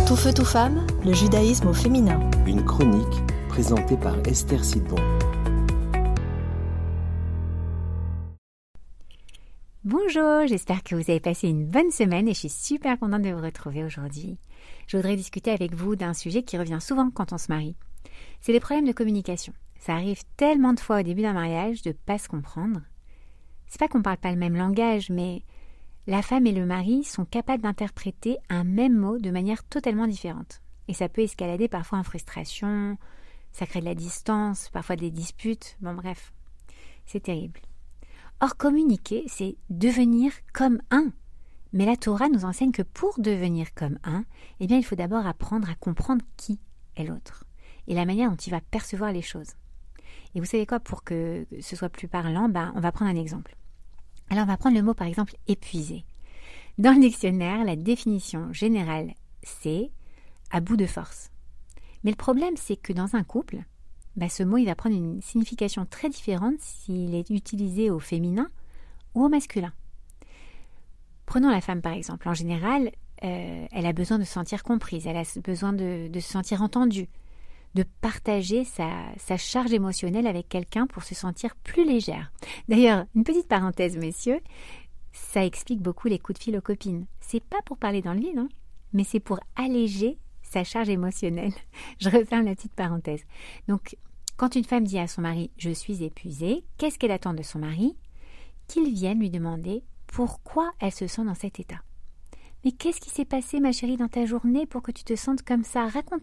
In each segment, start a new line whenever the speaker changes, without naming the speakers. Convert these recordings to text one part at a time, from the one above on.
Tout feu, tout femme, le judaïsme au féminin.
Une chronique présentée par Esther Sidbon.
Bonjour, j'espère que vous avez passé une bonne semaine et je suis super contente de vous retrouver aujourd'hui. Je voudrais discuter avec vous d'un sujet qui revient souvent quand on se marie. C'est les problèmes de communication. Ça arrive tellement de fois au début d'un mariage de ne pas se comprendre. C'est pas qu'on parle pas le même langage, mais la femme et le mari sont capables d'interpréter un même mot de manière totalement différente. Et ça peut escalader parfois en frustration, ça crée de la distance, parfois des disputes, bon bref, c'est terrible. Or, communiquer, c'est devenir comme un. Mais la Torah nous enseigne que pour devenir comme un, eh bien, il faut d'abord apprendre à comprendre qui est l'autre et la manière dont il va percevoir les choses. Et vous savez quoi, pour que ce soit plus parlant, on va prendre un exemple. Alors, on va prendre le mot, par exemple, épuisé. Dans le dictionnaire, la définition générale, c'est à bout de force. Mais le problème, c'est que dans un couple, ce mot il va prendre une signification très différente s'il est utilisé au féminin ou au masculin. Prenons la femme, par exemple. En général, elle a besoin de se sentir comprise, elle a besoin de se sentir entendue, de partager sa charge émotionnelle avec quelqu'un pour se sentir plus légère. D'ailleurs, une petite parenthèse, messieurs, ça explique beaucoup les coups de fil aux copines. C'est pas pour parler dans le vide, mais c'est pour alléger sa charge émotionnelle. Je referme la petite parenthèse. Donc, quand une femme dit à son mari « je suis épuisée », qu'est-ce qu'elle attend de son mari ? Qu'il vienne lui demander pourquoi elle se sent dans cet état. « Mais qu'est-ce qui s'est passé, ma chérie, dans ta journée pour que tu te sentes comme ça ? Raconte-moi. »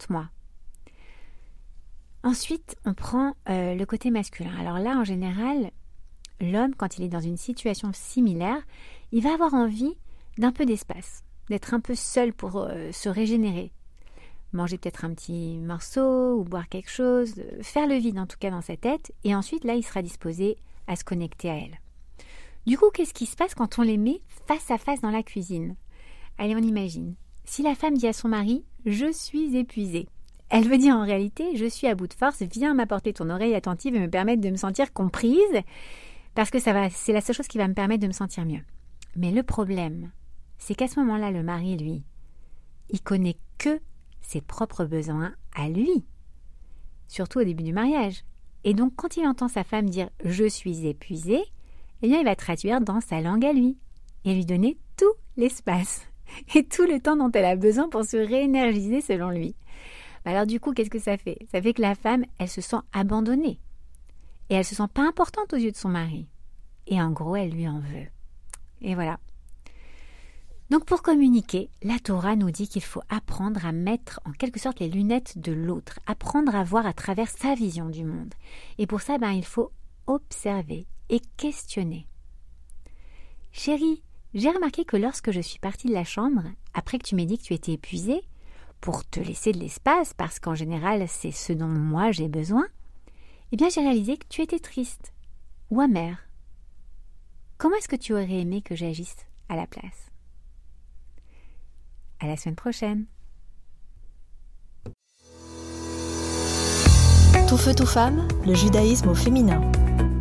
Ensuite, on prend le côté masculin. Alors là, en général, l'homme, quand il est dans une situation similaire, il va avoir envie d'un peu d'espace, d'être un peu seul pour se régénérer. Manger peut-être un petit morceau ou boire quelque chose, faire le vide en tout cas dans sa tête, et ensuite là, il sera disposé à se connecter à elle. Du coup, qu'est-ce qui se passe quand on les met face à face dans la cuisine ? Allez, on imagine. Si la femme dit à son mari « je suis épuisée », elle veut dire en réalité « je suis à bout de force, viens m'apporter ton oreille attentive et me permettre de me sentir comprise, parce que c'est la seule chose qui va me permettre de me sentir mieux. » Mais le problème, c'est qu'à ce moment-là, le mari, lui, il connaît que ses propres besoins à lui, surtout au début du mariage. Et donc, quand il entend sa femme dire « je suis épuisée », eh bien, il va traduire dans sa langue à lui et lui donner tout l'espace et tout le temps dont elle a besoin pour se réénergiser selon lui. Alors du coup, qu'est-ce que ça fait ? Ça fait que la femme, elle se sent abandonnée et elle se sent pas importante aux yeux de son mari. Et en gros, elle lui en veut. Et voilà. Donc pour communiquer, la Torah nous dit qu'il faut apprendre à mettre en quelque sorte les lunettes de l'autre, apprendre à voir à travers sa vision du monde. Et pour ça, il faut observer et questionner. Chérie, j'ai remarqué que lorsque je suis partie de la chambre, après que tu m'aies dit que tu étais épuisée, pour te laisser de l'espace, parce qu'en général, c'est ce dont moi j'ai besoin, eh bien j'ai réalisé que tu étais triste ou amère. Comment est-ce que tu aurais aimé que j'agisse à la place ? À la semaine prochaine.
Tout feu, tout femme, le judaïsme au féminin.